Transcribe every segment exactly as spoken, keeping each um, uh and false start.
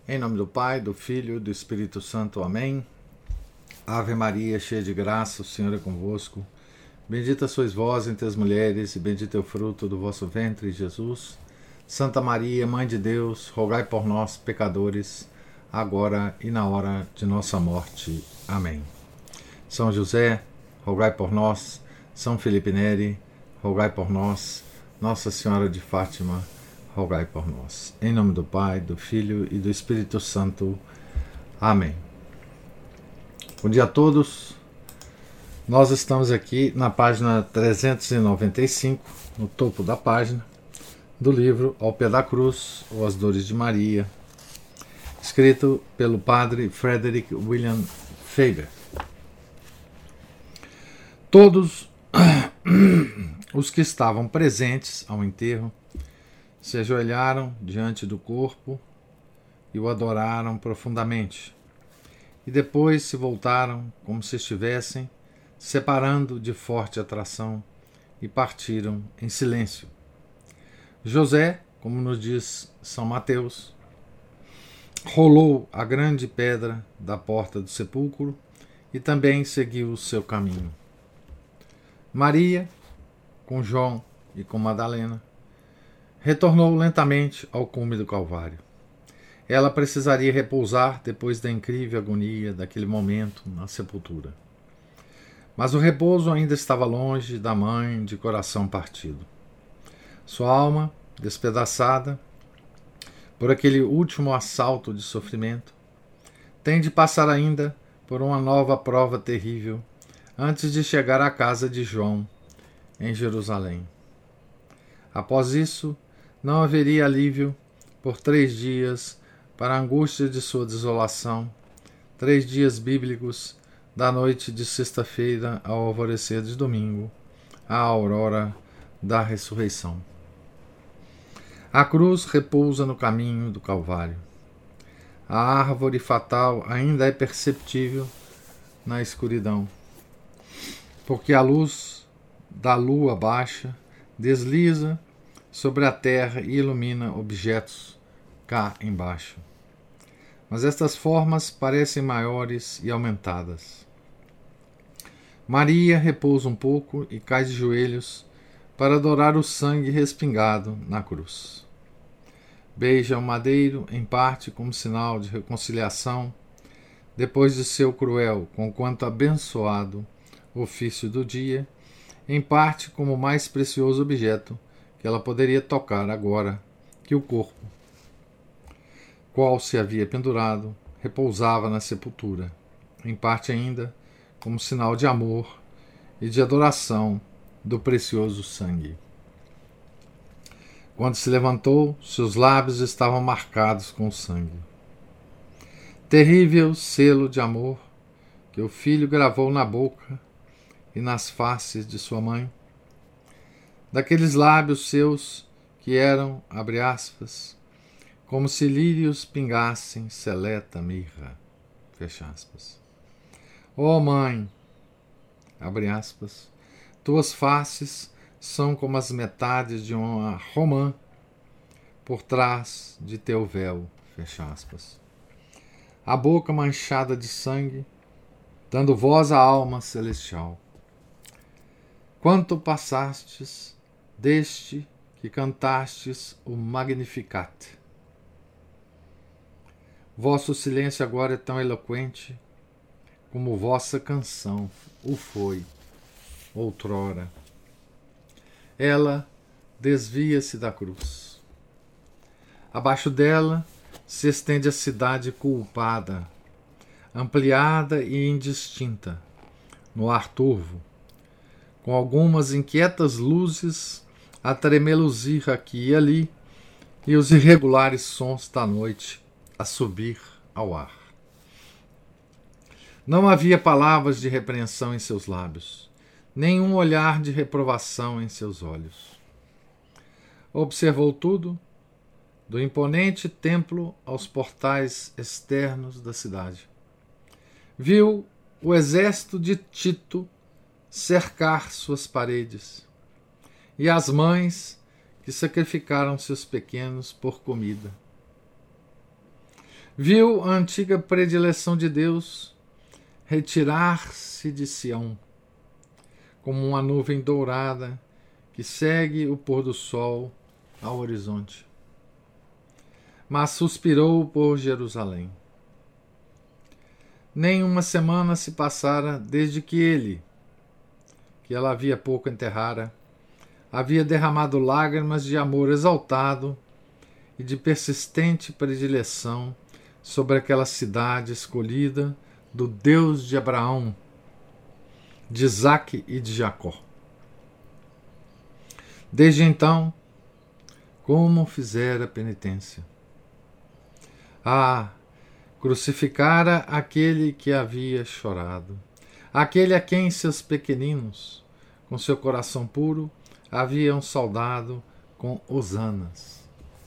Em nome do Pai, do Filho e do Espírito Santo. Amém. Ave Maria, cheia de graça, o Senhor é convosco. Bendita sois vós entre as mulheres, e bendito é o fruto do vosso ventre, Jesus. Santa Maria, Mãe de Deus, rogai por nós, pecadores, agora e na hora de nossa morte. Amém. São José, rogai por nós. São Felipe Neri, rogai por nós. Nossa Senhora de Fátima, rogai por nós. Em nome do Pai, do Filho e do Espírito Santo. Amém. Bom dia a todos. Nós estamos aqui na página trezentos e noventa e cinco, no topo da página, do livro Ao Pé da Cruz, ou As Dores de Maria, escrito pelo padre Frederick William Faber. Todos os que estavam presentes ao enterro se ajoelharam diante do corpo e o adoraram profundamente, e depois se voltaram como se estivessem separando de forte atração e partiram em silêncio. José, como nos diz São Mateus, rolou a grande pedra da porta do sepulcro e também seguiu o seu caminho. Maria, com João e com Madalena, retornou lentamente ao cume do Calvário. Ela precisaria repousar depois da incrível agonia daquele momento na sepultura. Mas o repouso ainda estava longe da mãe de coração partido. Sua alma, despedaçada por aquele último assalto de sofrimento, tem de passar ainda por uma nova prova terrível antes de chegar à casa de João, em Jerusalém. Após isso, não haveria alívio por três dias para a angústia de sua desolação, três dias bíblicos da noite de sexta-feira ao alvorecer de domingo, à aurora da ressurreição. A cruz repousa no caminho do Calvário. A árvore fatal ainda é perceptível na escuridão, porque a luz da lua baixa desliza sobre a terra e ilumina objetos cá embaixo. Mas estas formas parecem maiores e aumentadas. Maria repousa um pouco e cai de joelhos para adorar o sangue respingado na cruz. Beija o madeiro, em parte como sinal de reconciliação, depois de seu cruel, conquanto abençoado, ofício do dia, em parte como o mais precioso objeto que ela poderia tocar agora que o corpo, qual se havia pendurado, repousava na sepultura, em parte ainda como sinal de amor e de adoração do precioso sangue. Quando se levantou, seus lábios estavam marcados com sangue. Terrível selo de amor que o filho gravou na boca e nas faces de sua mãe, daqueles lábios seus que eram, abre aspas, como se lírios pingassem seleta mirra, fecha aspas. Ó mãe, abre aspas, tuas faces são como as metades de uma romã por trás de teu véu, fecha aspas. A boca manchada de sangue, dando voz à alma celestial. Quanto passastes deste que cantastes o Magnificat. Vosso silêncio agora é tão eloquente como vossa canção o foi outrora. Ela desvia-se da cruz. Abaixo dela se estende a cidade culpada, ampliada e indistinta, no ar turvo, com algumas inquietas luzes a tremeluzir aqui e ali, e os irregulares sons da noite a subir ao ar. Não havia palavras de repreensão em seus lábios, nenhum olhar de reprovação em seus olhos. Observou tudo, do imponente templo aos portais externos da cidade. Viu o exército de Tito cercar suas paredes, e as mães que sacrificaram seus pequenos por comida. Viu a antiga predileção de Deus retirar-se de Sião, como uma nuvem dourada que segue o pôr do sol ao horizonte. Mas suspirou por Jerusalém. Nem uma semana se passara desde que ele, que ela havia pouco enterrara, havia derramado lágrimas de amor exaltado e de persistente predileção sobre aquela cidade escolhida do Deus de Abraão, de Isaque e de Jacó. Desde então, como fizera penitência. Ah, crucificara aquele que havia chorado, aquele a quem seus pequeninos, com seu coração puro, haviam saudado com hosanas.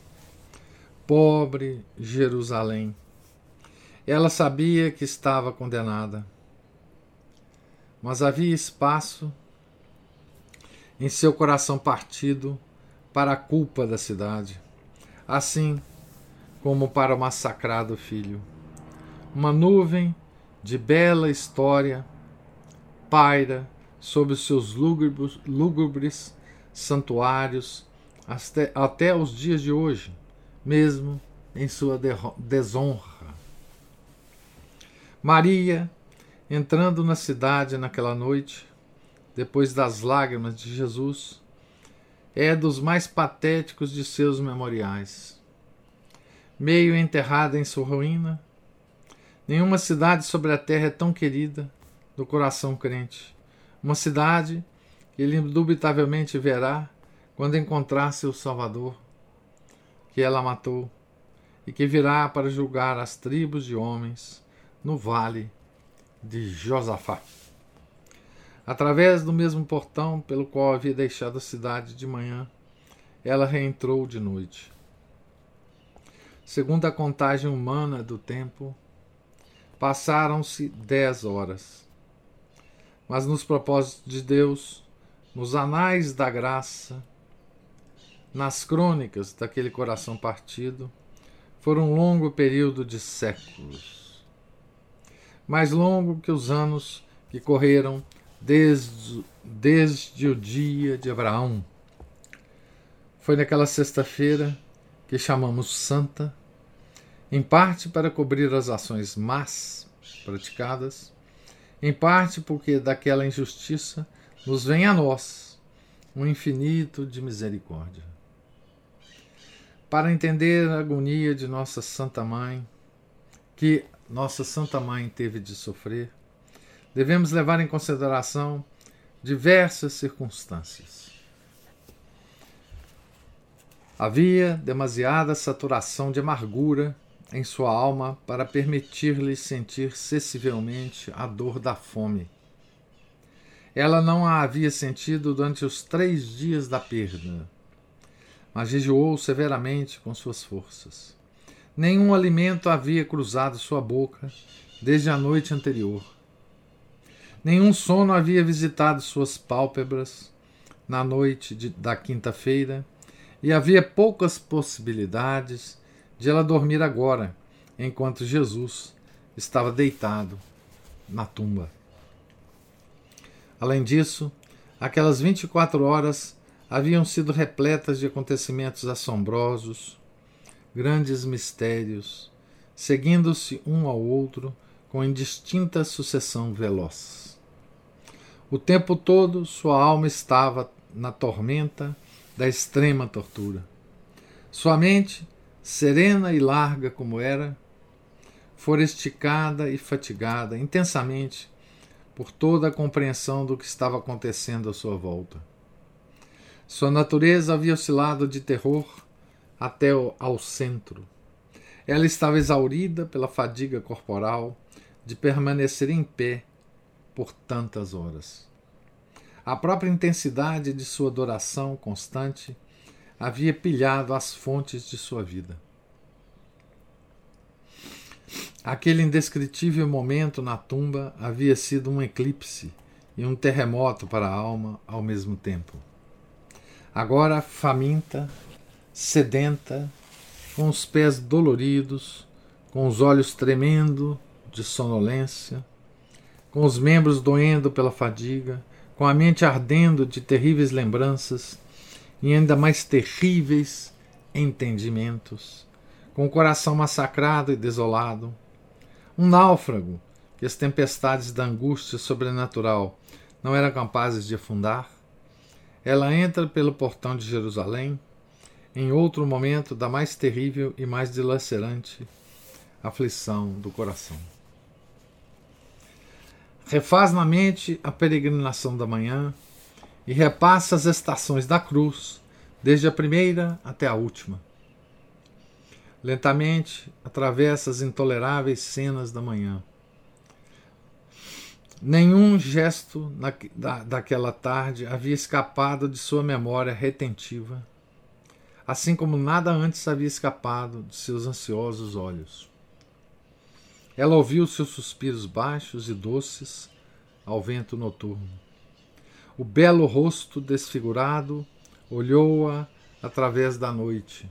Pobre Jerusalém! Ela sabia que estava condenada, mas havia espaço em seu coração partido para a culpa da cidade, assim como para o massacrado filho. Uma nuvem de bela história paira sobre os seus lúgubres, lúgubres santuários até, até os dias de hoje, mesmo em sua desonra. Maria, entrando na cidade naquela noite, depois das lágrimas de Jesus, é dos mais patéticos de seus memoriais. Meio enterrada em sua ruína, nenhuma cidade sobre a terra é tão querida do coração crente. Uma cidade que ele indubitavelmente verá quando encontrar seu Salvador, que ela matou, e que virá para julgar as tribos de homens no vale de Josafá. Através do mesmo portão pelo qual havia deixado a cidade de manhã, ela reentrou de noite. Segundo a contagem humana do tempo, passaram-se dez horas. Mas nos propósitos de Deus, nos anais da graça, nas crônicas daquele coração partido, foram um longo período de séculos. Mais longo que os anos que correram desde, desde o dia de Abraão. Foi naquela sexta-feira que chamamos Santa, em parte para cobrir as ações más praticadas, em parte porque daquela injustiça nos vem a nós um infinito de misericórdia. Para entender a agonia de nossa Santa Mãe, que nossa Santa Mãe teve de sofrer, devemos levar em consideração diversas circunstâncias. Havia demasiada saturação de amargura em sua alma para permitir-lhe sentir sensivelmente a dor da fome. Ela não a havia sentido durante os três dias da perda, mas jejuou severamente com suas forças. Nenhum alimento havia cruzado sua boca desde a noite anterior. Nenhum sono havia visitado suas pálpebras na noite de, da quinta-feira, e havia poucas possibilidades de ela dormir agora, enquanto Jesus estava deitado na tumba. Além disso, aquelas vinte e quatro horas haviam sido repletas de acontecimentos assombrosos, grandes mistérios, seguindo-se um ao outro com indistinta sucessão veloz. O tempo todo sua alma estava na tormenta da extrema tortura. Sua mente, serena e larga como era, fora esticada e fatigada intensamente por toda a compreensão do que estava acontecendo à sua volta. Sua natureza havia oscilado de terror até ao centro. Ela estava exaurida pela fadiga corporal de permanecer em pé por tantas horas. A própria intensidade de sua adoração constante havia pilhado as fontes de sua vida. Aquele indescritível momento na tumba havia sido um eclipse e um terremoto para a alma ao mesmo tempo. Agora, faminta, sedenta, com os pés doloridos, com os olhos tremendo de sonolência, com os membros doendo pela fadiga, com a mente ardendo de terríveis lembranças e ainda mais terríveis entendimentos, com o coração massacrado e desolado, um náufrago que as tempestades da angústia sobrenatural não eram capazes de afundar. Ela entra pelo portão de Jerusalém, em outro momento da mais terrível e mais dilacerante aflição do coração. Refaz na mente a peregrinação da manhã e repassa as estações da cruz, desde a primeira até a última. Lentamente atravessa as intoleráveis cenas da manhã. Nenhum gesto na, da, daquela tarde havia escapado de sua memória retentiva, assim como nada antes havia escapado de seus ansiosos olhos. Ela ouviu seus suspiros baixos e doces ao vento noturno. O belo rosto desfigurado olhou-a através da noite.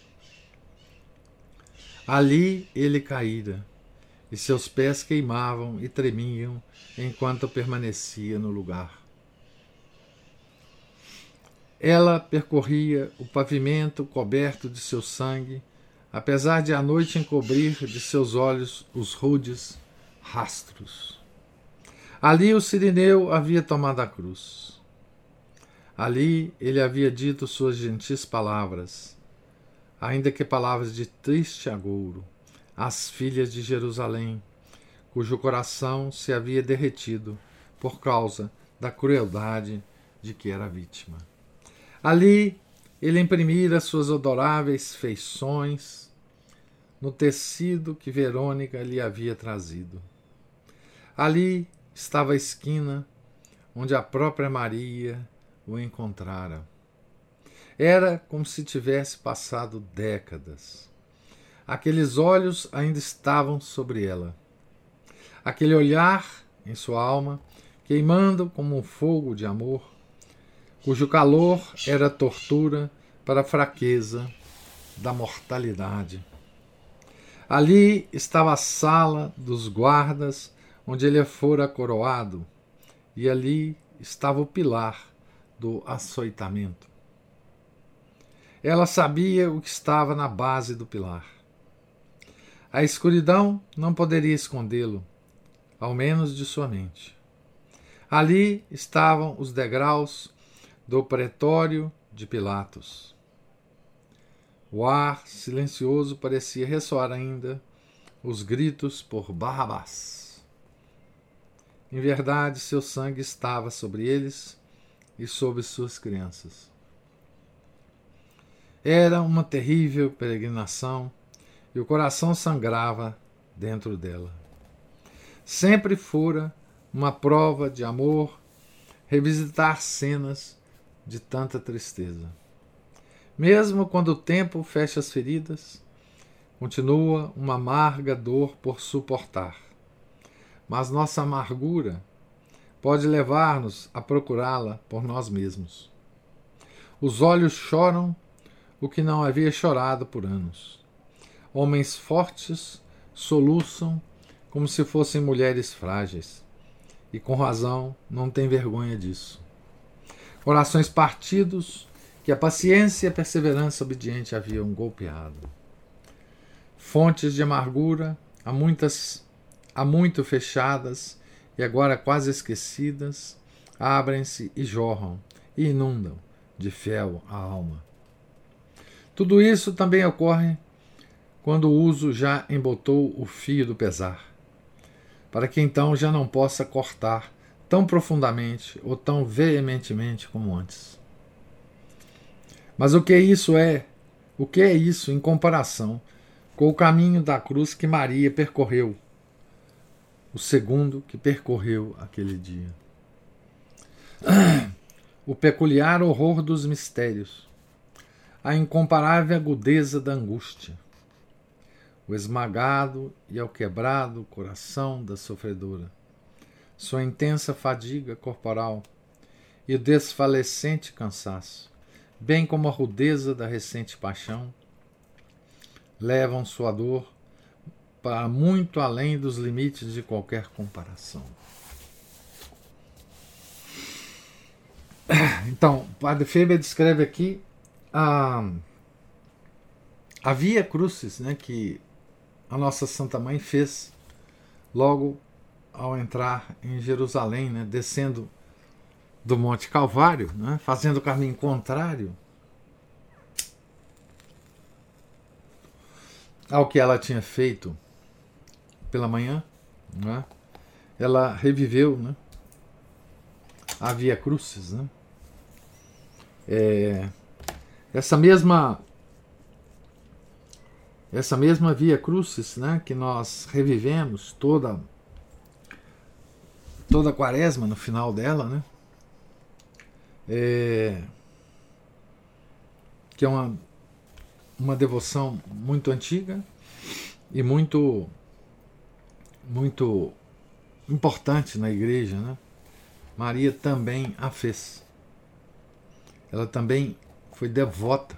Ali ele caíra, e seus pés queimavam e tremiam enquanto permanecia no lugar. Ela percorria o pavimento coberto de seu sangue, apesar de a noite encobrir de seus olhos os rudes rastros. Ali o sirineu havia tomado a cruz. Ali ele havia dito suas gentis palavras, ainda que palavras de triste agouro, às filhas de Jerusalém, cujo coração se havia derretido por causa da crueldade de que era vítima. Ali ele imprimira suas adoráveis feições no tecido que Verônica lhe havia trazido. Ali estava a esquina onde a própria Maria o encontrara. Era como se tivesse passado décadas. Aqueles olhos ainda estavam sobre ela. Aquele olhar em sua alma, queimando como um fogo de amor, cujo calor era tortura para a fraqueza da mortalidade. Ali estava a sala dos guardas, onde ele fora coroado, e ali estava o pilar do açoitamento. Ela sabia o que estava na base do pilar. A escuridão não poderia escondê-lo, ao menos de sua mente. Ali estavam os degraus do pretório de Pilatos. O ar silencioso parecia ressoar ainda os gritos por Barrabás. Em verdade, seu sangue estava sobre eles e sobre suas crianças. Era uma terrível peregrinação e o coração sangrava dentro dela. Sempre fora uma prova de amor revisitar cenas de tanta tristeza. Mesmo quando o tempo fecha as feridas, continua uma amarga dor por suportar. Mas nossa amargura pode levar-nos a procurá-la por nós mesmos. Os olhos choram o que não havia chorado por anos. Homens fortes soluçam como se fossem mulheres frágeis, e com razão não têm vergonha disso. Corações partidos que a paciência e a perseverança obediente haviam golpeado. Fontes de amargura, há muitas, há muito fechadas e agora quase esquecidas, abrem-se e jorram e inundam de fel a alma. Tudo isso também ocorre quando o uso já embotou o fio do pesar, para que então já não possa cortar tão profundamente ou tão veementemente como antes. Mas o que isso é? O que é isso em comparação com o caminho da cruz que Maria percorreu, o segundo que percorreu aquele dia? O peculiar horror dos mistérios, a incomparável agudeza da angústia, o esmagado e alquebrado coração da sofredora, sua intensa fadiga corporal e o desfalecente cansaço, bem como a rudeza da recente paixão, levam sua dor para muito além dos limites de qualquer comparação. Então, o Padre Faber descreve aqui a, a Via Crucis, né, que a nossa Santa Mãe fez logo ao entrar em Jerusalém, né, descendo do Monte Calvário, né, fazendo o caminho contrário ao que ela tinha feito pela manhã, né. Ela reviveu, né, a Via Crucis, né. É, essa mesma essa mesma Via Crucis, né, que nós revivemos toda toda a quaresma no final dela, né, é, que é uma, uma devoção muito antiga e muito muito importante na igreja, né. Maria também a fez. Ela também foi devota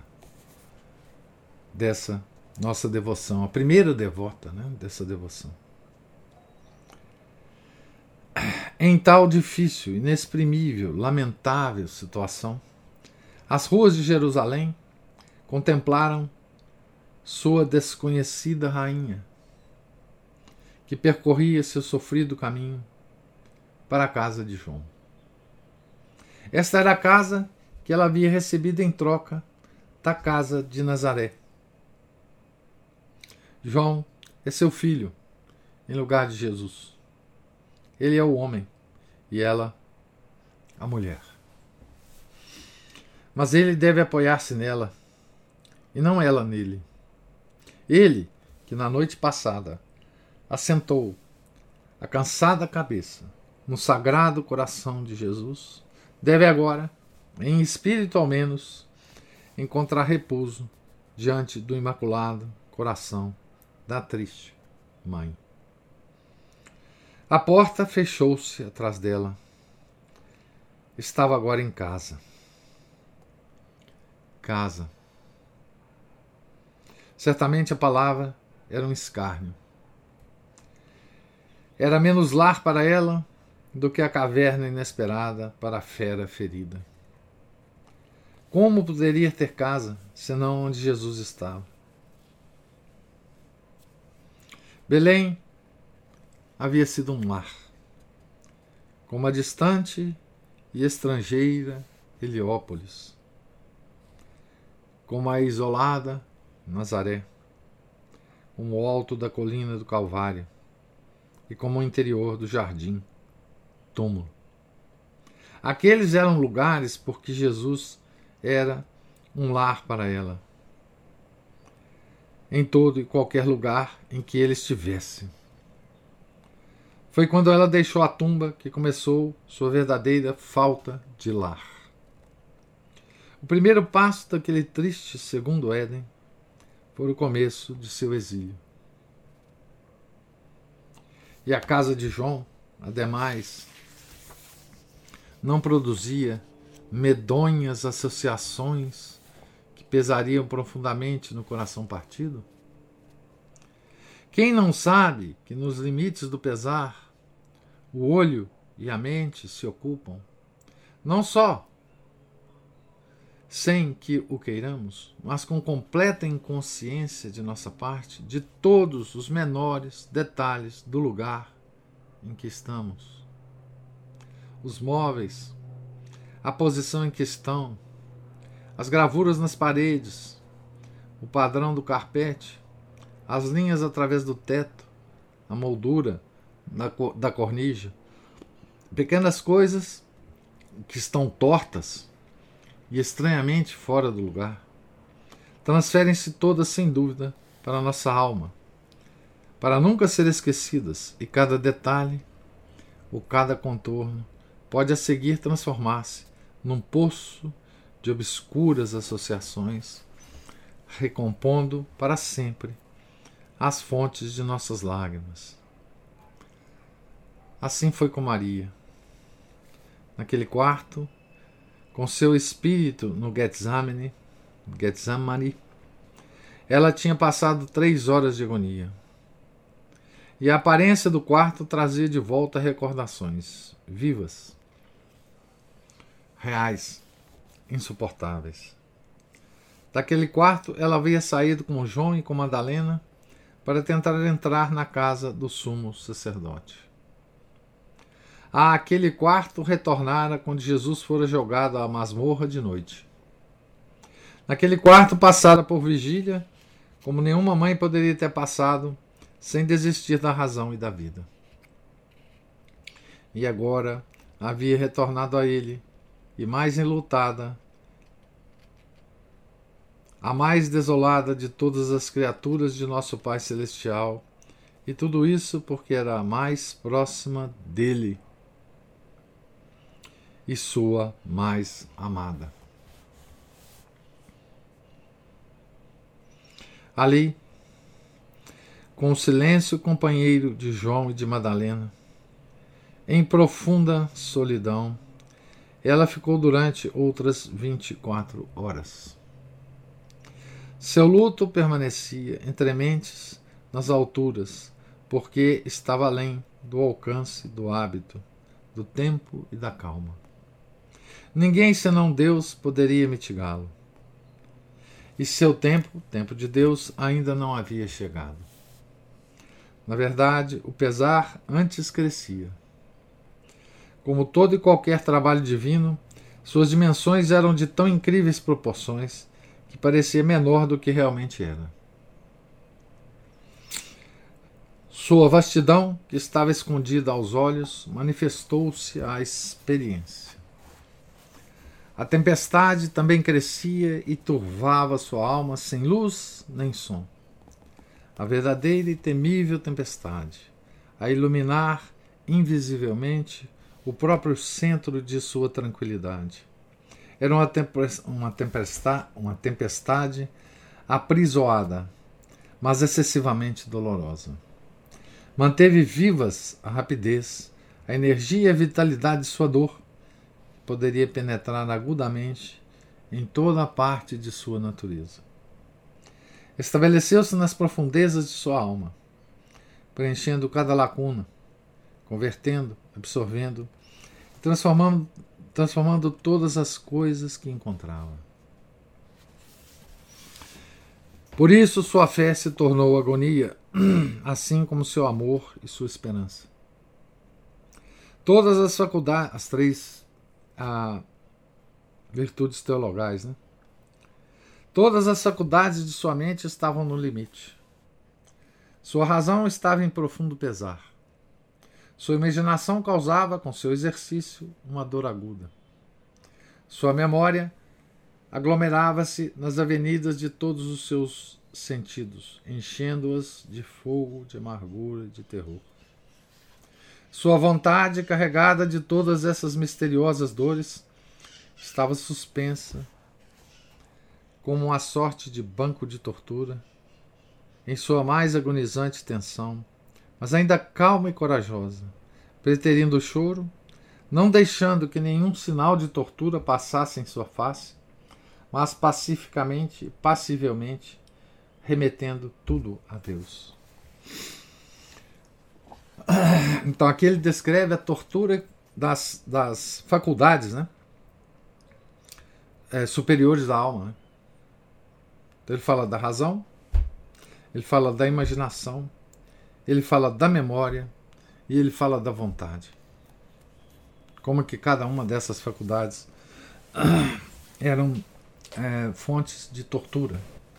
dessa nossa devoção, a primeira devota, né, dessa devoção. Em tal difícil, inexprimível, lamentável situação, as ruas de Jerusalém contemplaram sua desconhecida rainha, que percorria seu sofrido caminho para a casa de João. Esta era a casa que ela havia recebido em troca da casa de Nazaré. João é seu filho, em lugar de Jesus. Ele é o homem e ela a mulher. Mas ele deve apoiar-se nela e não ela nele. Ele, que na noite passada assentou a cansada cabeça no sagrado coração de Jesus, deve agora, em espírito ao menos, encontrar repouso diante do imaculado coração da triste mãe. A porta fechou-se atrás dela. Estava agora em casa. Casa. Certamente a palavra era um escárnio. Era menos lar para ela do que a caverna inesperada para a fera ferida. Como poderia ter casa, senão onde Jesus estava? Belém havia sido um lar, como a distante e estrangeira Heliópolis, como a isolada Nazaré, como o alto da colina do Calvário e como o interior do jardim, túmulo. Aqueles eram lugares porque Jesus era um lar para ela, em todo e qualquer lugar em que ele estivesse. Foi quando ela deixou a tumba que começou sua verdadeira falta de lar. O primeiro passo daquele triste segundo Éden foi o começo de seu exílio. E a casa de João, ademais, não produzia medonhas associações que pesariam profundamente no coração partido? Quem não sabe que nos limites do pesar o olho e a mente se ocupam, não só sem que o queiramos, mas com completa inconsciência de nossa parte de todos os menores detalhes do lugar em que estamos. Os móveis, a posição em que estão, as gravuras nas paredes, o padrão do carpete, as linhas através do teto, a moldura da cornija, pequenas coisas que estão tortas e estranhamente fora do lugar, transferem-se todas sem dúvida para a nossa alma, para nunca ser esquecidas, e cada detalhe ou cada contorno pode a seguir transformar-se num poço de obscuras associações, recompondo para sempre as fontes de nossas lágrimas. Assim foi com Maria. Naquele quarto, com seu espírito no Getsemane, Getsemane, ela tinha passado três horas de agonia. e a aparência do quarto trazia de volta recordações vivas, reais, insuportáveis. Daquele quarto ela havia saído com João e com Madalena para tentar entrar na casa do sumo sacerdote. A aquele quarto retornara quando Jesus fora jogado à masmorra de noite. Naquele quarto passara por vigília, como nenhuma mãe poderia ter passado, sem desistir da razão e da vida. E agora havia retornado a ele, e mais enlutada, a mais desolada de todas as criaturas de nosso Pai Celestial, e tudo isso porque era a mais próxima dele e sua mais amada. Ali, com o silêncio companheiro de João e de Madalena, em profunda solidão, ela ficou durante outras vinte e quatro horas. Seu luto permanecia entre mentes nas alturas, porque estava além do alcance do hábito, do tempo e da calma. Ninguém senão Deus poderia mitigá-lo. E seu tempo, o tempo de Deus, ainda não havia chegado. Na verdade, o pesar antes crescia. Como todo e qualquer trabalho divino, suas dimensões eram de tão incríveis proporções que parecia menor do que realmente era. Sua vastidão, que estava escondida aos olhos, manifestou-se à experiência. A tempestade também crescia e turvava sua alma sem luz nem som. A verdadeira e temível tempestade, a iluminar invisivelmente o próprio centro de sua tranquilidade. Era uma tempestade, uma tempestade, uma tempestade aprisioada, mas excessivamente dolorosa. Manteve vivas a rapidez, a energia e a vitalidade de sua dor, poderia penetrar agudamente em toda a parte de sua natureza. Estabeleceu-se nas profundezas de sua alma, preenchendo cada lacuna, convertendo, absorvendo, transformando, transformando todas as coisas que encontrava. Por isso sua fé se tornou agonia, assim como seu amor e sua esperança. Todas as faculdades, as três a, virtudes teologais, né? Todas as faculdades de sua mente estavam no limite. Sua razão estava em profundo pesar. Sua imaginação causava, com seu exercício, uma dor aguda. Sua memória aglomerava-se nas avenidas de todos os seus sentidos, enchendo-as de fogo, de amargura e de terror. Sua vontade, carregada de todas essas misteriosas dores, estava suspensa, como uma sorte de banco de tortura, em sua mais agonizante tensão, mas ainda calma e corajosa, preterindo o choro, não deixando que nenhum sinal de tortura passasse em sua face, mas pacificamente e passivelmente remetendo tudo a Deus. Então aqui ele descreve a tortura das, das faculdades, né? É, superiores da alma, né? Então ele fala da razão, ele fala da imaginação, ele fala da memória e ele fala da vontade. Como que cada uma dessas faculdades eram é, fontes de tortura.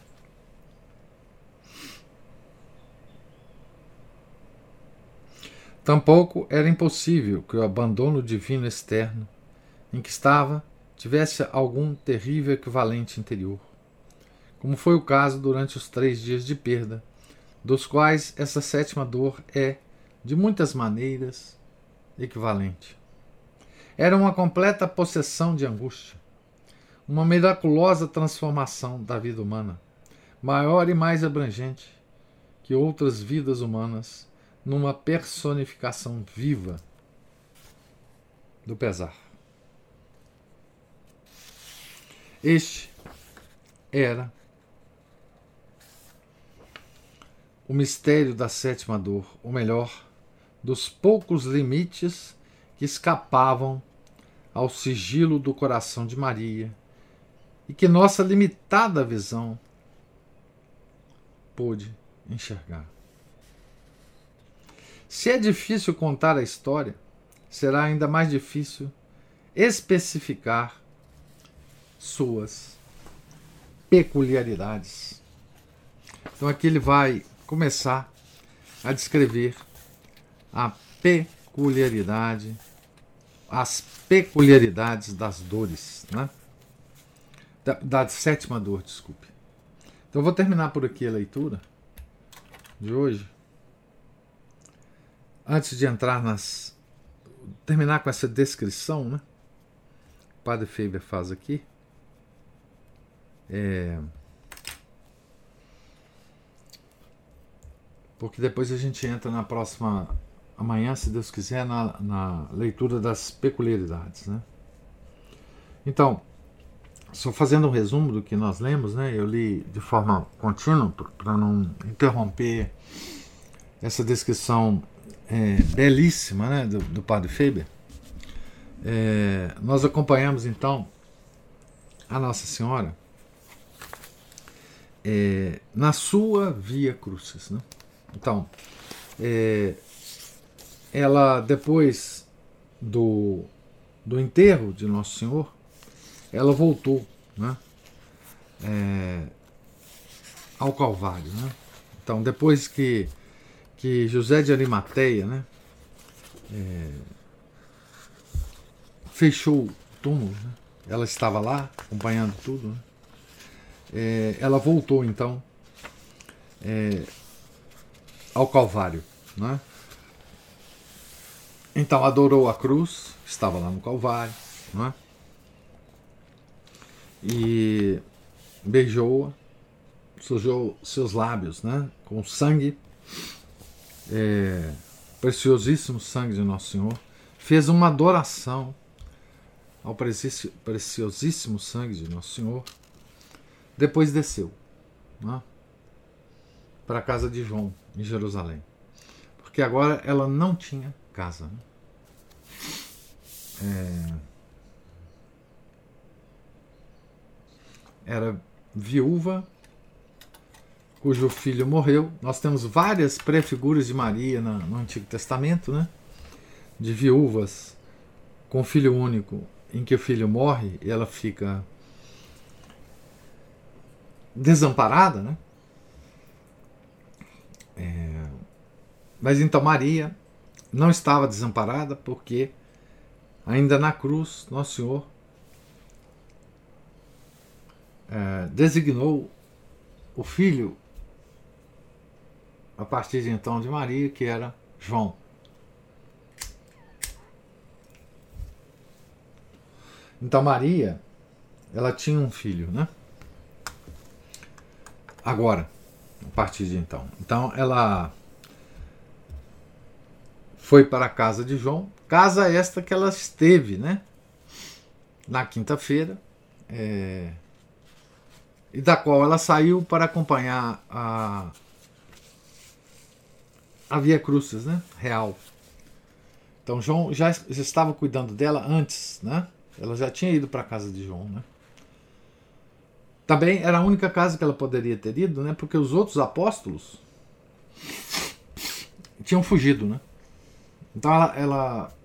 Tampouco era impossível que o abandono divino externo em que estava tivesse algum terrível equivalente interior, como foi o caso durante os três dias de perda, dos quais essa sétima dor é, de muitas maneiras, equivalente. Era uma completa possessão de angústia, uma miraculosa transformação da vida humana, maior e mais abrangente que outras vidas humanas, numa personificação viva do pesar. Este era o mistério da sétima dor, ou melhor, dos poucos limites que escapavam ao sigilo do coração de Maria e que nossa limitada visão pôde enxergar. Se é difícil contar a história, será ainda mais difícil especificar suas peculiaridades. Então aqui ele vai começar a descrever a peculiaridade, as peculiaridades das dores, né? Da, da sétima dor, desculpe. Então eu vou terminar por aqui a leitura de hoje. Antes de entrar nas... terminar com essa descrição, né? O Padre Faber faz aqui. É... Porque depois a gente entra na próxima... amanhã, se Deus quiser, na, na leitura das peculiaridades, né? Então, só fazendo um resumo do que nós lemos, né? Eu li de forma contínua, para não interromper essa descrição é, belíssima, né, do, do Padre Faber. É, nós acompanhamos, então, a Nossa Senhora é, na sua Via Crucis, né? Então, é, ela, depois do, do enterro de Nosso Senhor, ela voltou, né, é, ao Calvário, né? Então, depois que, que José de Arimateia, né, é, fechou o túmulo, né, ela estava lá acompanhando tudo, né, é, ela voltou então é, ao Calvário, né? Então adorou a cruz, estava lá no Calvário, não é? E beijou-a, sujou seus lábios, né, com sangue, é, preciosíssimo sangue de Nosso Senhor, fez uma adoração ao preciosíssimo sangue de Nosso Senhor, depois desceu, né, para a casa de João, em Jerusalém, porque agora ela não tinha casa, né? É, era viúva cujo filho morreu. Nós temos várias prefiguras de Maria na, no Antigo Testamento, né? De viúvas com filho único, em que o filho morre e ela fica desamparada, né? É, mas então Maria não estava desamparada, porque ainda na cruz Nosso Senhor é, designou o filho a partir de então de Maria, que era João. Então Maria, ela tinha um filho, né? Agora, a partir de então. Então ela foi para a casa de João, casa esta que ela esteve, né, na quinta-feira, é, e da qual ela saiu para acompanhar a, a Via Crucis, né, real. Então João já, já estava cuidando dela antes, né? Ela já tinha ido para a casa de João, né? Também era a única casa que ela poderia ter ido, né? Porque os outros apóstolos tinham fugido, né? Então ela, ela,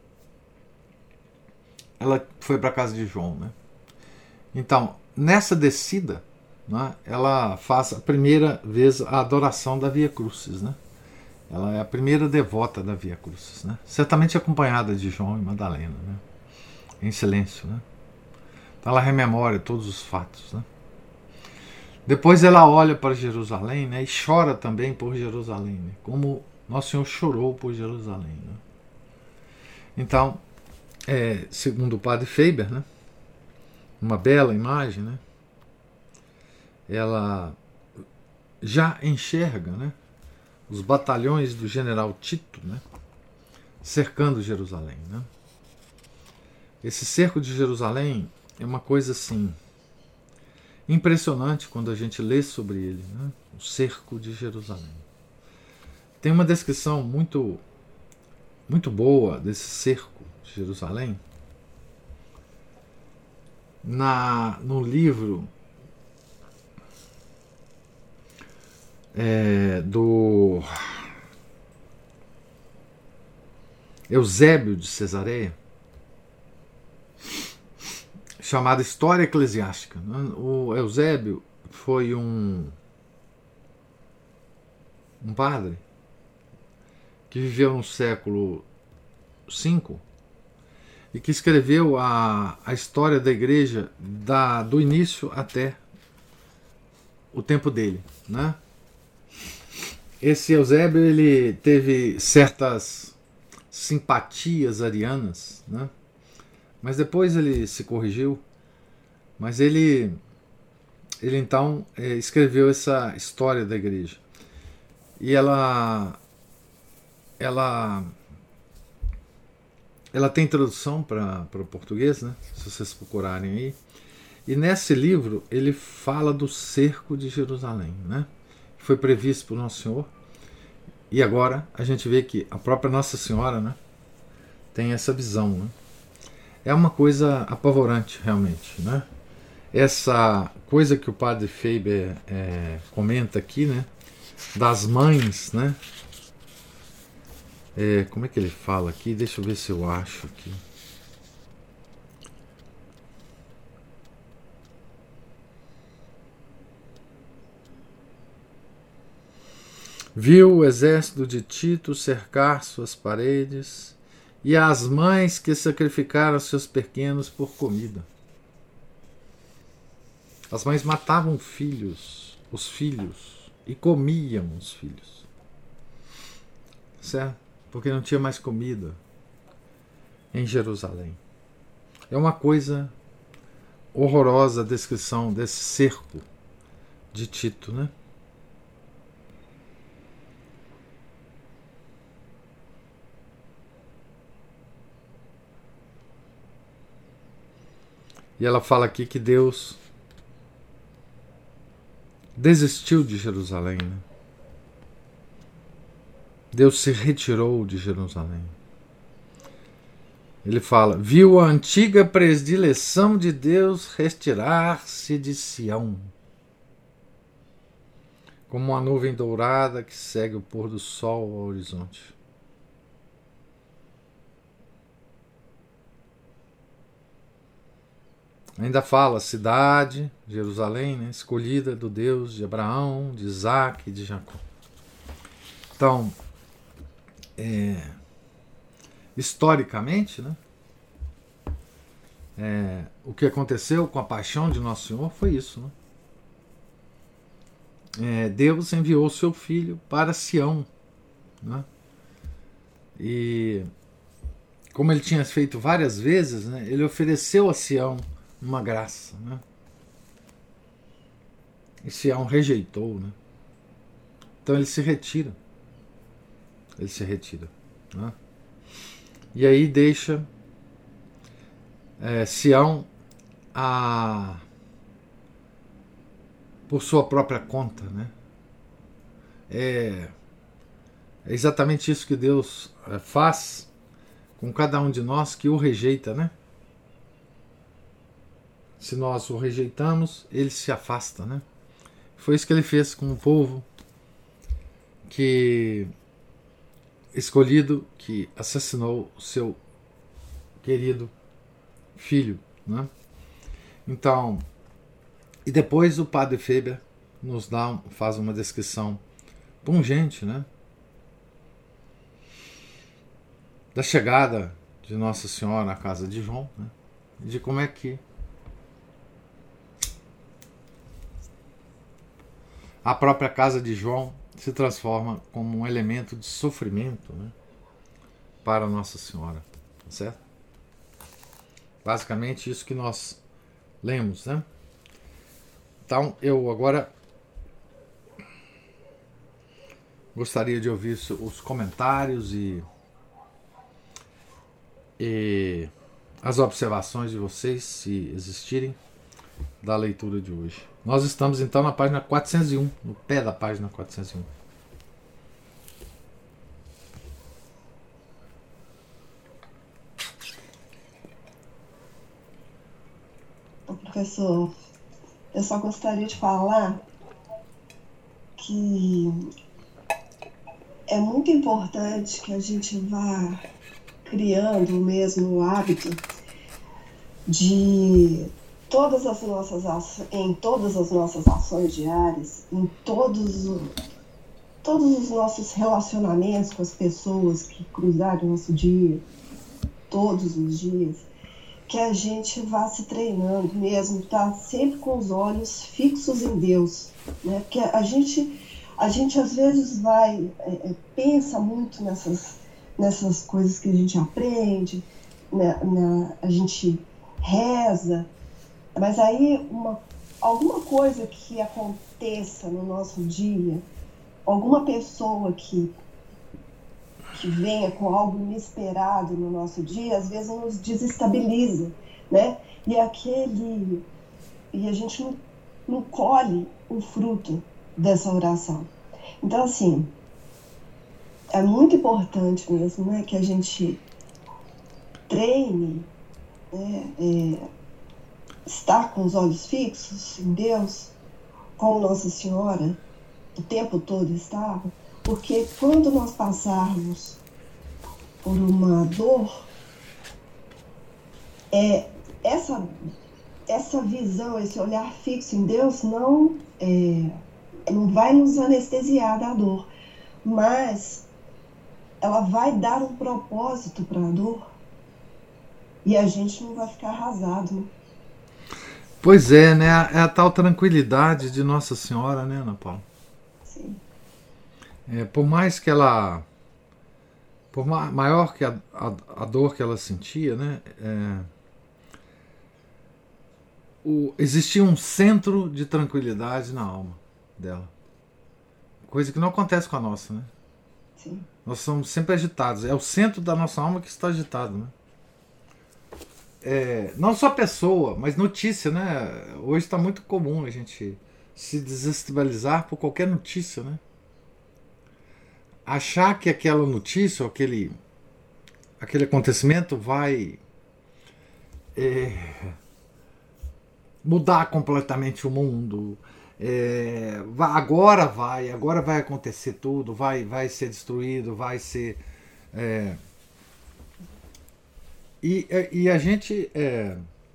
ela foi para a casa de João, né? Então, nessa descida, né, ela faz a primeira vez a adoração da Via Crucis, né? Ela é a primeira devota da Via Crucis, né? Certamente acompanhada de João e Madalena, né? Em silêncio, né? Então ela rememora todos os fatos, né? Depois ela olha para Jerusalém, né, e chora também por Jerusalém, né, como Nosso Senhor chorou por Jerusalém, né? Então, é, segundo o Padre Faber, né, uma bela imagem, né, ela já enxerga, né, os batalhões do general Tito, né, cercando Jerusalém, né? Esse cerco de Jerusalém é uma coisa assim impressionante quando a gente lê sobre ele, né? O cerco de Jerusalém. tem uma descrição muito, muito boa desse cerco de Jerusalém na, no livro é, do Eusébio de Cesareia, chamada História Eclesiástica. O Eusébio foi um, um padre que viveu no século cinco e que escreveu a, a história da igreja da, do início até o tempo dele, né? Esse Eusébio, ele teve certas simpatias arianas, né? Mas depois ele se corrigiu. Mas ele, ele então é, escreveu essa história da igreja. E ela, ela, ela tem tradução para o português, né? Se vocês procurarem aí. E nesse livro ele fala do cerco de Jerusalém, né? Foi previsto por Nosso Senhor. E agora a gente vê que a própria Nossa Senhora, né, tem essa visão, né? É uma coisa apavorante, realmente, né? Essa coisa que o padre Faber é, comenta aqui, né, das mães, né? É, como é que ele fala aqui? Deixa eu ver se eu acho aqui. Viu o exército de Tito cercar suas paredes e as mães que sacrificaram seus pequenos por comida. As mães matavam filhos, os filhos, e comiam os filhos. Certo? Porque não tinha mais comida em Jerusalém. É uma coisa horrorosa a descrição desse cerco de Tito, né? E ela fala aqui que Deus desistiu de Jerusalém, né? Deus se retirou de Jerusalém. Ele fala, viu a antiga predileção de Deus retirar-se de Sião, como uma nuvem dourada que segue o pôr do sol ao horizonte. Ainda fala, cidade, Jerusalém, né, escolhida do Deus de Abraão, de Isaac e de Jacó. Então, é, historicamente, né, é, o que aconteceu com a paixão de Nosso Senhor foi isso. Né? É, Deus enviou o seu Filho para Sião. Né? E, como ele tinha feito várias vezes, né, ele ofereceu a Sião uma graça, né? E Sião rejeitou, né? Então ele se retira. Ele se retira, né? E aí deixa é, Sião a, por sua própria conta, né? É, é exatamente isso que Deus faz com cada um de nós que o rejeita, né? Se nós o rejeitamos, ele se afasta, né? Foi isso que ele fez com o povo que escolhido, que assassinou o seu querido filho, né? Então, e depois o padre Faber nos dá, faz uma descrição pungente, né, da chegada de Nossa Senhora à casa de João, né, de como é que a própria casa de João se transforma como um elemento de sofrimento, né, para Nossa Senhora, certo? Basicamente isso que nós lemos, né? Então eu agora gostaria de ouvir os comentários e, e as observações de vocês, se existirem, da leitura de hoje. Nós estamos então na página quatrocentos e um, no pé da página quatrocentos e um. professor, eu só gostaria de falar que é muito importante que a gente vá criando mesmo o hábito de todas as nossas ações, em todas as nossas ações diárias, em todos, todos os nossos relacionamentos com as pessoas que cruzaram o nosso dia, todos os dias, que a gente vá se treinando mesmo, tá sempre com os olhos fixos em Deus, né? Porque a gente, a gente às vezes vai, é, pensa muito nessas, nessas coisas que a gente aprende, né? Na, a gente reza, mas aí uma, alguma coisa que aconteça no nosso dia, alguma pessoa que que venha com algo inesperado no nosso dia, às vezes nos desestabiliza, né? E aquele e a gente não, não colhe o fruto dessa oração. Então, assim, é muito importante mesmo, né, que a gente treine, né, é, estar com os olhos fixos em Deus, como Nossa Senhora o tempo todo estava, porque quando nós passarmos por uma dor, é, essa, essa visão, esse olhar fixo em Deus não, é, não vai nos anestesiar da dor, mas ela vai dar um propósito para a dor e a gente não vai ficar arrasado, né? Pois é, né? É a tal tranquilidade de Nossa Senhora, né, Ana Paula? Sim. É, por mais que ela, por ma maior que a, a, a dor que ela sentia, né, é, o, existia um centro de tranquilidade na alma dela, coisa que não acontece com a nossa, né? Sim. Nós somos sempre agitados, é o centro da nossa alma que está agitado, né? É, não só pessoa, mas notícia, né? Hoje está muito comum a gente se desestabilizar por qualquer notícia, né? Achar que aquela notícia, ou aquele, aquele acontecimento vai é, mudar completamente o mundo. É, agora vai, agora vai acontecer tudo, vai, vai ser destruído, vai ser. É, e, e a gente. É,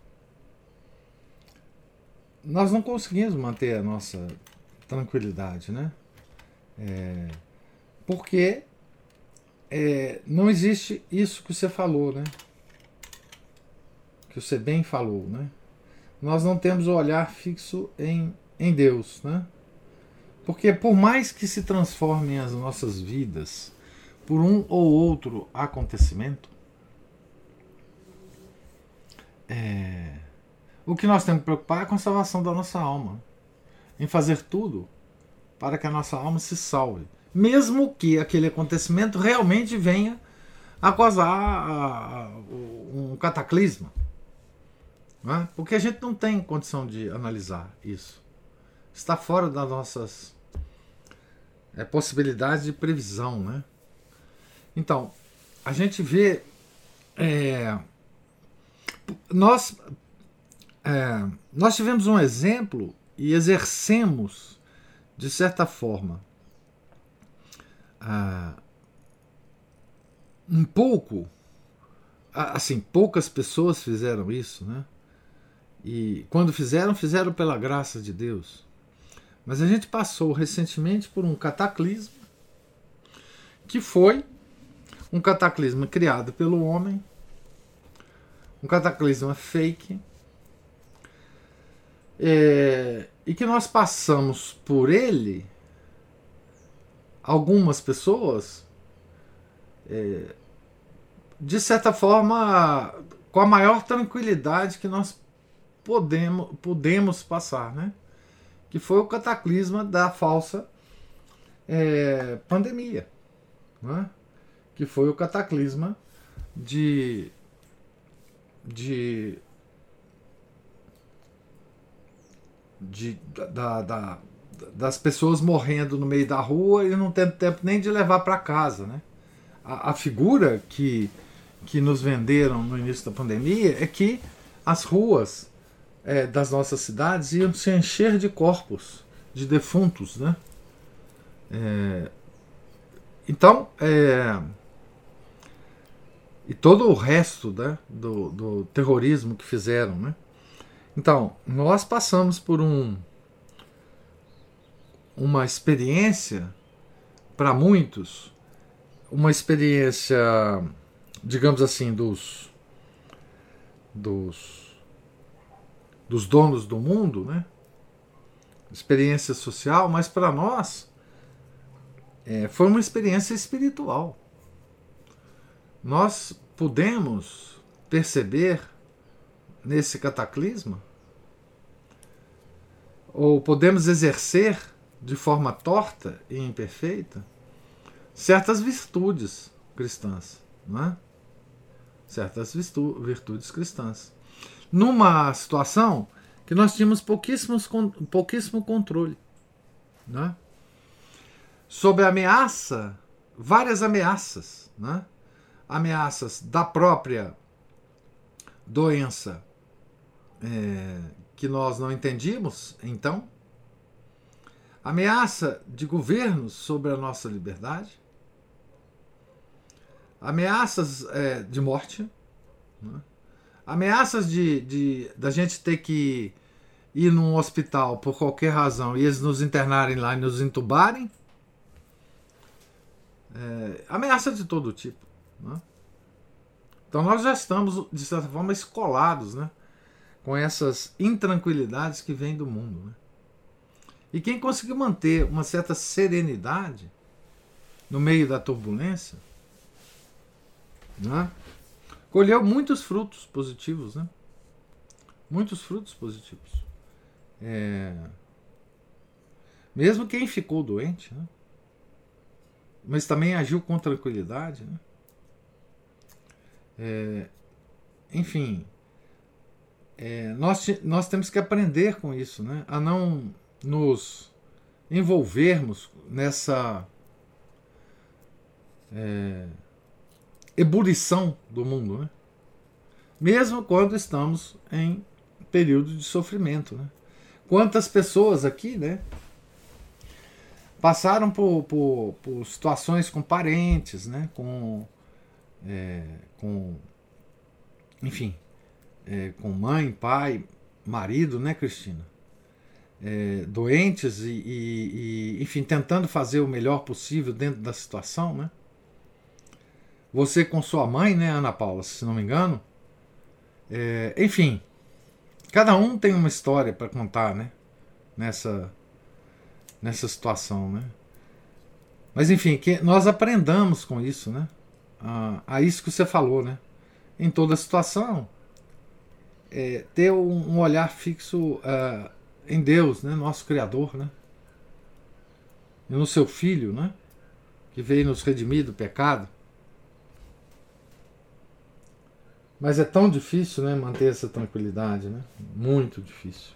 nós não conseguimos manter a nossa tranquilidade, né? É, porque é, não existe isso que você falou, né? Que você bem falou, né? Nós não temos o olhar fixo em, em Deus, né? Porque por mais que se transformem as nossas vidas por um ou outro acontecimento, é, o que nós temos que preocupar é com a salvação da nossa alma, em fazer tudo para que a nossa alma se salve, mesmo que aquele acontecimento realmente venha a causar a, a, um cataclisma, né? Porque a gente não tem condição de analisar isso, está fora das nossas é, possibilidades de previsão, né? Então, a gente vê é, nós é, nós tivemos um exemplo e exercemos de certa forma ah, um pouco, assim, poucas pessoas fizeram isso, né? E quando fizeram, fizeram pela graça de Deus. Mas a gente passou recentemente por um cataclisma que foi um cataclisma criado pelo homem, um cataclisma fake, é, e que nós passamos por ele, algumas pessoas, é, de certa forma, com a maior tranquilidade que nós podemos, podemos passar, né? Que foi o cataclisma da falsa é, pandemia, né? Que foi o cataclisma de, de, de da, da, das pessoas morrendo no meio da rua e não tendo tempo nem de levar para casa, né? A, a figura que, que nos venderam no início da pandemia é que as ruas é, das nossas cidades iam se encher de corpos, de defuntos, né? É, então, é, e todo o resto, né, do, do terrorismo que fizeram, né? Então, nós passamos por um, uma experiência, para muitos, uma experiência, digamos assim, dos, dos, dos donos do mundo, né? Experiência social, mas para nós é, foi uma experiência espiritual. Nós pudemos perceber nesse cataclisma, ou podemos exercer de forma torta e imperfeita certas virtudes cristãs, não é? Certas virtudes cristãs. Numa situação que nós tínhamos pouquíssimos, pouquíssimo controle, não é? Sobre a ameaça, várias ameaças, não é? Ameaças da própria doença é, que nós não entendíamos, então, ameaça de governos sobre a nossa liberdade, ameaças é, de morte, né? Ameaças de, de da gente ter que ir num hospital por qualquer razão e eles nos internarem lá e nos entubarem, é, ameaça de todo tipo, né? Então nós já estamos, de certa forma, escolados, né, com essas intranquilidades que vêm do mundo, né? E quem conseguiu manter uma certa serenidade no meio da turbulência, né, colheu muitos frutos positivos, né? Muitos frutos positivos. É... Mesmo quem ficou doente, né? Mas também agiu com tranquilidade, né? É... Enfim, é... nós, nós temos que aprender com isso, né? A não nos envolvermos nessa é... ebulição do mundo, né? Mesmo quando estamos em período de sofrimento, né? Quantas pessoas aqui, né, passaram por, por, por situações com parentes, né, com, é, com enfim, é, com mãe, pai, marido, né, Cristina? É, doentes e, e, e, enfim, tentando fazer o melhor possível dentro da situação, né? Você com sua mãe, né, Ana Paula, se não me engano. É, enfim, cada um tem uma história para contar, né, nessa, nessa situação, né? Mas enfim, que nós aprendamos com isso, né? A, a isso que você falou, né? Em toda situação, é, ter um, um olhar fixo uh, em Deus, né, nosso Criador, né? E no seu Filho, né? Que veio nos redimir do pecado. Mas é tão difícil, né, manter essa tranquilidade, né? Muito difícil.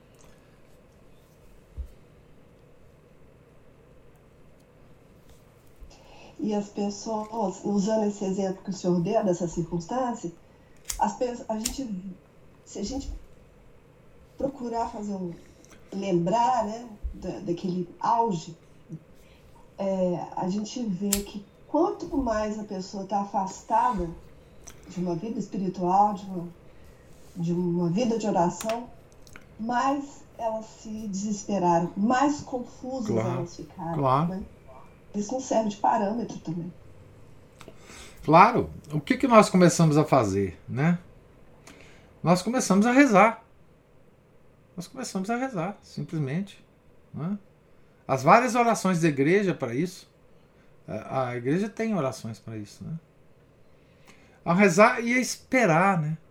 E as pessoas, usando esse exemplo que o senhor deu, dessa circunstância, as pessoas, a gente, se a gente procurar fazer um, lembrar, né, da, daquele auge, é, a gente vê que quanto mais a pessoa está afastada de uma vida espiritual, de uma, de uma vida de oração, mais elas se desesperaram, mais confusas Claro, elas ficaram. claro. Né? Isso não serve de parâmetro também. Claro. O que, que nós começamos a fazer, né? Nós começamos a rezar. Nós começamos a rezar, simplesmente. Né? As várias orações da igreja para isso. A igreja tem orações para isso, né? A rezar e a esperar, né?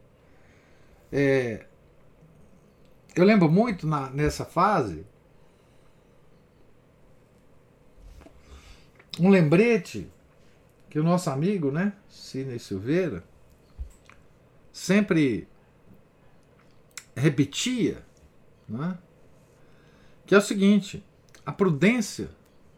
É, eu lembro muito na, nessa fase um lembrete que o nosso amigo, né, Sidney Silveira, sempre repetia, né, que é o seguinte: a prudência,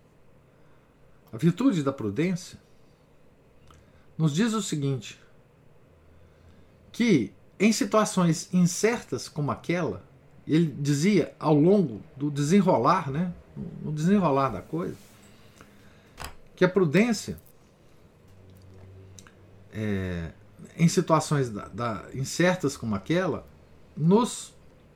a virtude da prudência, nos diz o seguinte, que em situações incertas como aquela, ele dizia ao longo do desenrolar, né, no desenrolar da coisa, que a prudência, é, em situações da, da, incertas como aquela, nos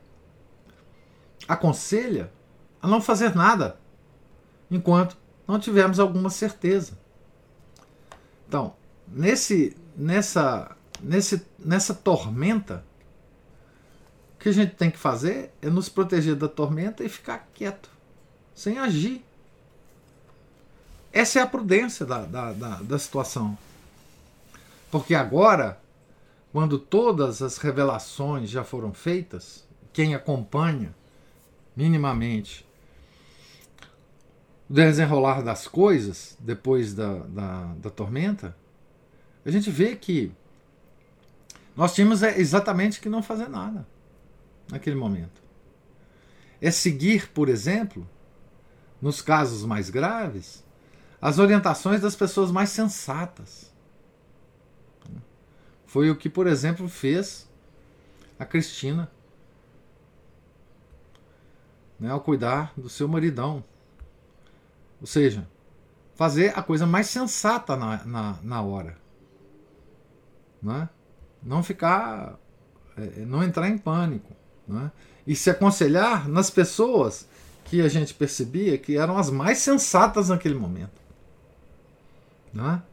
aconselha a não fazer nada enquanto não tivermos alguma certeza. Então, nesse, nessa, nesse, nessa tormenta, o que a gente tem que fazer é nos proteger da tormenta e ficar quieto, sem agir. Essa é a prudência da, da, da, da situação. Porque agora, quando todas as revelações já foram feitas, quem acompanha minimamente o desenrolar das coisas depois da, da, da tormenta, a gente vê que nós tínhamos exatamente que não fazer nada naquele momento. É seguir, por exemplo, nos casos mais graves, as orientações das pessoas mais sensatas. Foi o que, por exemplo, fez a Cristina, né, ao cuidar do seu maridão. Ou seja, fazer a coisa mais sensata na, na, na hora. Né? Não ficar, é, não entrar em pânico. Né? E se aconselhar nas pessoas que a gente percebia que eram as mais sensatas naquele momento. Né?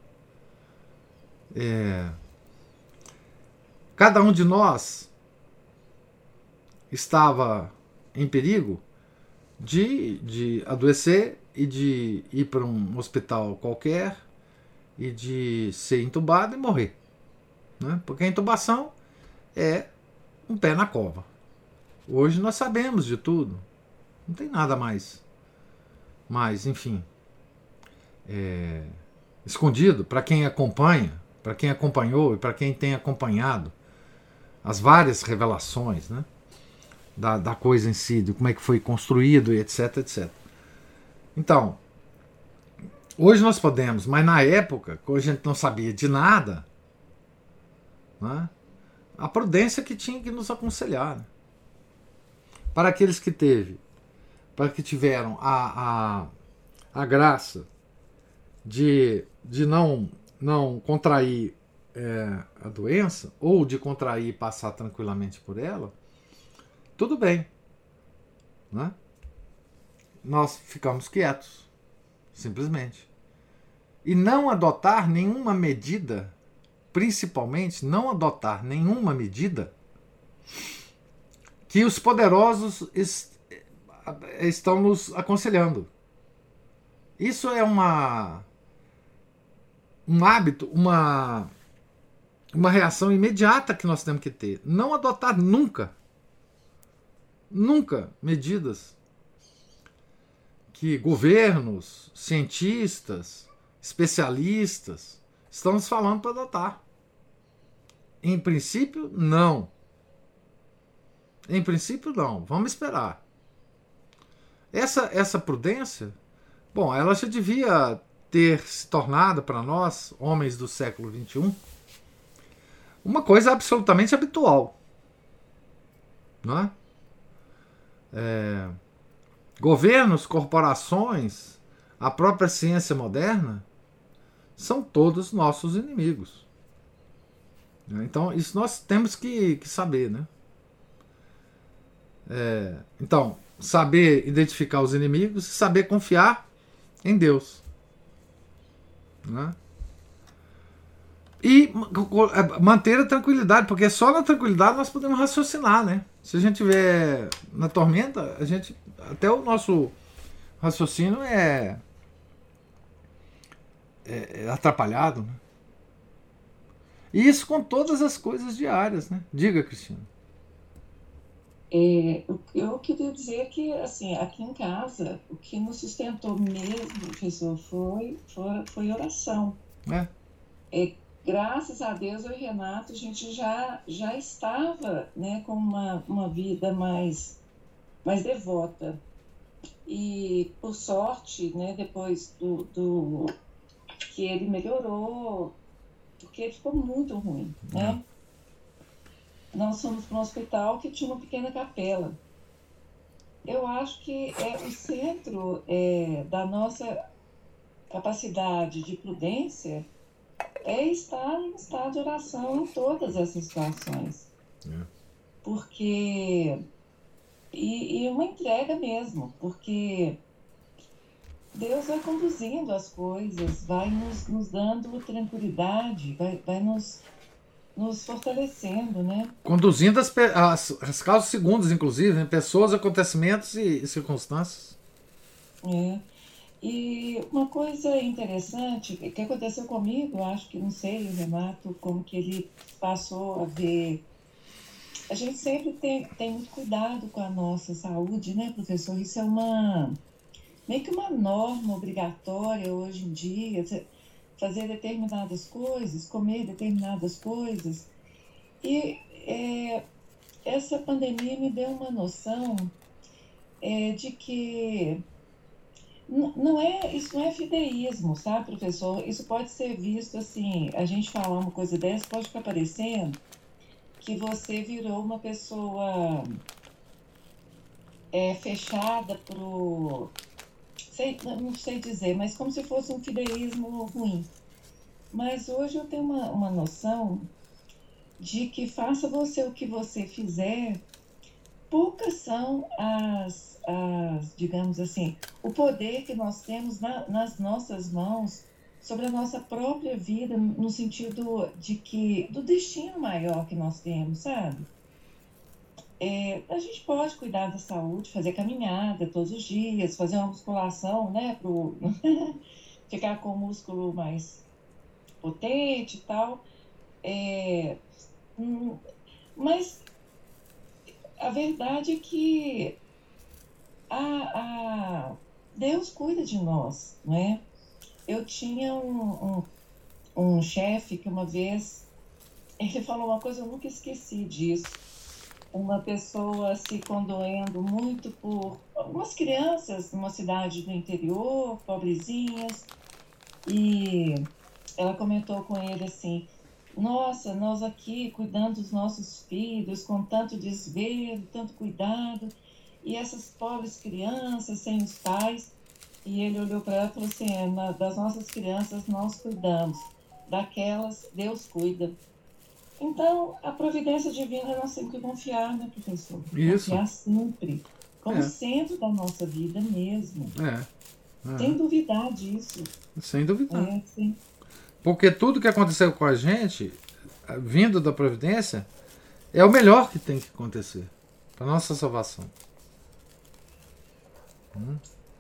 É, cada um de nós estava em perigo de, de adoecer e de ir para um hospital qualquer e de ser entubado e morrer. Né? Porque a intubação é um pé na cova. Hoje nós sabemos de tudo. Não tem nada mais. Mas, enfim, é, escondido para quem acompanha, para quem acompanhou e para quem tem acompanhado as várias revelações, né, da, da coisa em si, de como é que foi construído e etc, etcétera. Então, hoje nós podemos, mas na época, quando a gente não sabia de nada, né, a prudência que tinha que nos aconselhar. Né? Para aqueles que teve, para que tiveram a, a, a graça de, de não, não contrair é, a doença, ou de contrair e passar tranquilamente por ela, tudo bem. Né? Nós ficamos quietos, simplesmente. E não adotar nenhuma medida, principalmente não adotar nenhuma medida que os poderosos est- estão nos aconselhando. Isso é uma um hábito, uma, uma reação imediata que nós temos que ter. Não adotar nunca, nunca medidas que governos, cientistas, especialistas estão nos falando para adotar. Em princípio, não. Em princípio, não. Vamos esperar. Essa, essa prudência, bom, ela já devia ter se tornado para nós, homens do século vinte e um, uma coisa absolutamente habitual. Não é? É, governos, corporações, a própria ciência moderna são todos nossos inimigos. Então, isso nós temos que, que saber, né? É, então, saber identificar os inimigos e saber confiar em Deus. Né? E manter a tranquilidade, porque só na tranquilidade nós podemos raciocinar, né? Se a gente estiver na tormenta, a gente, até o nosso raciocínio é, é, é atrapalhado. Né? E isso com todas as coisas diárias, né? Diga, Cristina. É, eu queria dizer que, assim, aqui em casa, o que nos sustentou mesmo, professor, foi, foi, foi oração. É. É, graças a Deus, eu e Renato, a gente já, já estava, né, com uma, uma vida mais, mais devota. E, por sorte, né, depois do, do que ele melhorou, porque ele ficou muito ruim, né? nós fomos para um hospital que tinha uma pequena capela. Eu acho que é o centro é, da nossa capacidade de prudência é estar em estado de oração em todas essas situações. É. Porque... E, e uma entrega mesmo, porque Deus vai conduzindo as coisas, vai nos, nos dando tranquilidade, vai, vai nos, nos fortalecendo, né? Conduzindo as, pe- as, as causas segundas, inclusive, né? Pessoas, acontecimentos e, e circunstâncias. É. E uma coisa interessante que aconteceu comigo, acho que não sei, o Renato, como que ele passou a ver. A gente sempre tem, tem muito cuidado com a nossa saúde, né, professor? Isso é uma meio que uma norma obrigatória hoje em dia, você fazer determinadas coisas, comer determinadas coisas. E é, essa pandemia me deu uma noção é, de que N- Não é, isso não é fideísmo, sabe, professor? Isso pode ser visto assim, a gente falar uma coisa dessa pode ficar parecendo que você virou uma pessoa é, fechada pro, sei, não sei dizer, mas como se fosse um fideísmo ruim. Mas hoje eu tenho uma, uma noção de que faça você o que você fizer, poucas são as, as, digamos assim, o poder que nós temos na, nas nossas mãos sobre a nossa própria vida, no sentido de que, do destino maior que nós temos, sabe? É, a gente pode cuidar da saúde, fazer caminhada todos os dias, fazer uma musculação, né, pro ficar com o músculo mais potente e tal, é, hum, mas a verdade é que a, a Deus cuida de nós, né? Eu tinha um, um, um chefe que uma vez ele falou uma coisa, eu nunca esqueci disso. Uma pessoa se condoendo muito por algumas crianças numa cidade do interior, pobrezinhas, e ela comentou com ele assim: nossa, nós aqui cuidando dos nossos filhos com tanto desvelo, tanto cuidado, e essas pobres crianças sem os pais. E ele olhou para ela e falou assim: é, na- das nossas crianças nós cuidamos, daquelas Deus cuida. Então, a providência divina nós temos que confiar, né, professor? Isso. Confiar sempre, como É. centro da nossa vida mesmo, É. sem é. duvidar disso. Sem duvidar. É, sem... Porque tudo que aconteceu com a gente, vindo da providência, é o melhor que tem que acontecer para nossa salvação. Hum?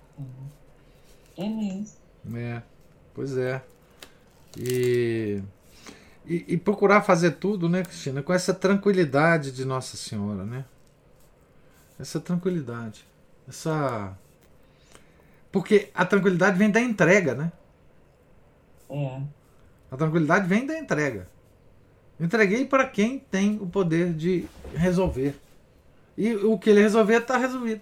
É mesmo. É, pois é. E, e, e procurar fazer tudo, né, Cristina, com essa tranquilidade de Nossa Senhora, né? Essa tranquilidade. Essa. Porque a tranquilidade vem da entrega, né? É. A tranquilidade vem da entrega. Entreguei para quem tem o poder de resolver. E o que ele resolver está resolvido.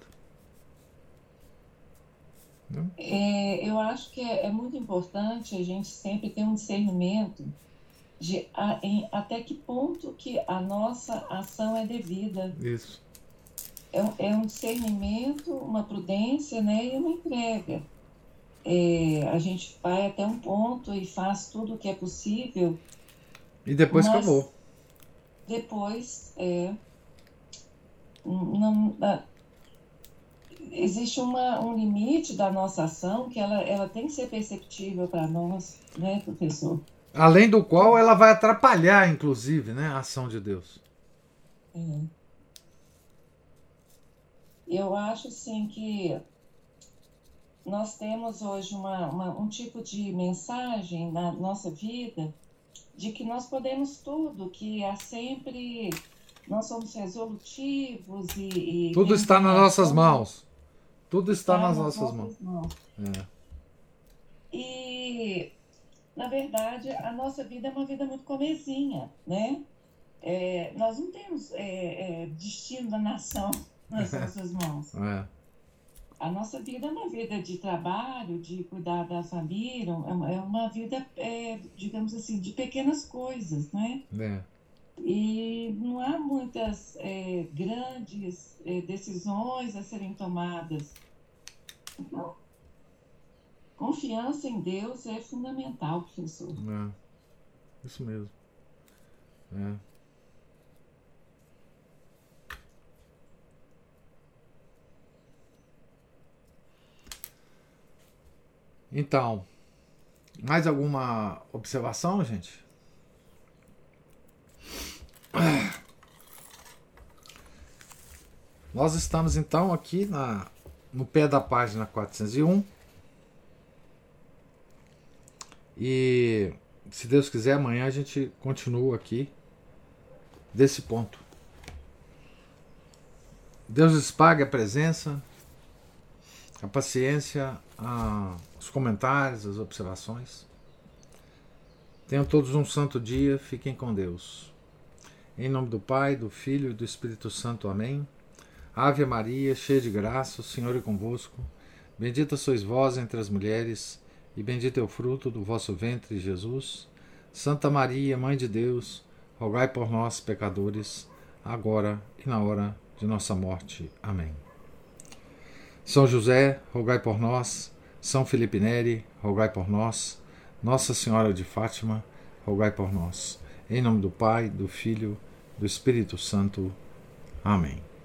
É, eu acho que é, é muito importante a gente sempre ter um discernimento de a, em, até que ponto que a nossa ação é devida. Isso. É, um- é um discernimento, uma prudência, né, e uma entrega. É, a gente vai até um ponto e faz tudo o que é possível, E depois mas acabou. depois é, não, a- existe uma, um limite da nossa ação que ela, ela tem que ser perceptível para nós, né, professor? Além do qual ela vai atrapalhar, inclusive, né, a ação de Deus. É. Eu acho, assim, que nós temos hoje uma, uma- um tipo de mensagem na nossa vida de que nós podemos tudo, que há sempre, nós somos resolutivos e, e Tudo temos está uma nas nossas ação mãos. Tudo que está está nas nas nossas mãos. nossas mãos. É. E, na verdade, a nossa vida é uma vida muito comezinha, né? É, nós não temos é, é, destino da nação nas nossas mãos. É. A nossa vida é uma vida de trabalho, de cuidar da família, é uma, é uma vida, é, digamos assim, de pequenas coisas, né? É. E não há muitas é, grandes é, decisões a serem tomadas. Então, confiança em Deus é fundamental, professor. É, isso mesmo. É. Então, mais alguma observação, gente? Nós estamos então aqui na, no pé da página quatrocentos e um. E se Deus quiser, amanhã a gente continua aqui desse ponto. Deus lhes pague a presença, a paciência, a, os comentários, as observações. Tenham todos um santo dia, fiquem com Deus. Em nome do Pai, do Filho e do Espírito Santo. Amém. Ave Maria, cheia de graça, o Senhor é convosco. Bendita sois vós entre as mulheres, e bendito é o fruto do vosso ventre, Jesus. Santa Maria, Mãe de Deus, rogai por nós, pecadores, agora e na hora de nossa morte. Amém. São José, rogai por nós. São Felipe Neri, rogai por nós. Nossa Senhora de Fátima, rogai por nós. Em nome do Pai, do Filho, do Espírito Santo. Amém.